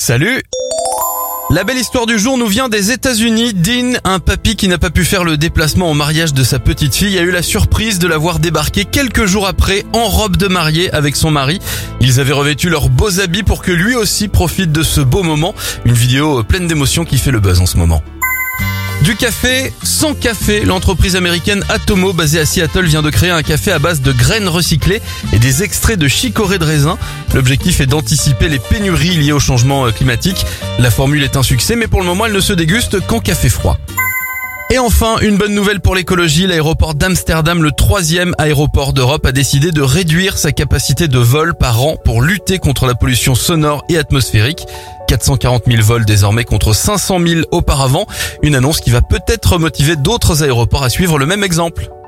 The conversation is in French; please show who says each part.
Speaker 1: Salut! La belle histoire du jour nous vient des États-Unis. Dean, un papy qui n'a pas pu faire le déplacement au mariage de sa petite fille, a eu la surprise de la voir débarquer quelques jours après en robe de mariée avec son mari. Ils avaient revêtu leurs beaux habits pour que lui aussi profite de ce beau moment. Une vidéo pleine d'émotions qui fait le buzz en ce moment. Du café sans café, l'entreprise américaine Atomo basée à Seattle vient de créer un café à base de graines recyclées et des extraits de chicorée de raisin. L'objectif est d'anticiper les pénuries liées au changement climatique. La formule est un succès mais pour le moment elle ne se déguste qu'en café froid. Et enfin, une bonne nouvelle pour l'écologie, l'aéroport d'Amsterdam, le 3e aéroport d'Europe, a décidé de réduire sa capacité de vol par an pour lutter contre la pollution sonore et atmosphérique. 440 000 vols désormais contre 500 000 auparavant. Une annonce qui va peut-être motiver d'autres aéroports à suivre le même exemple.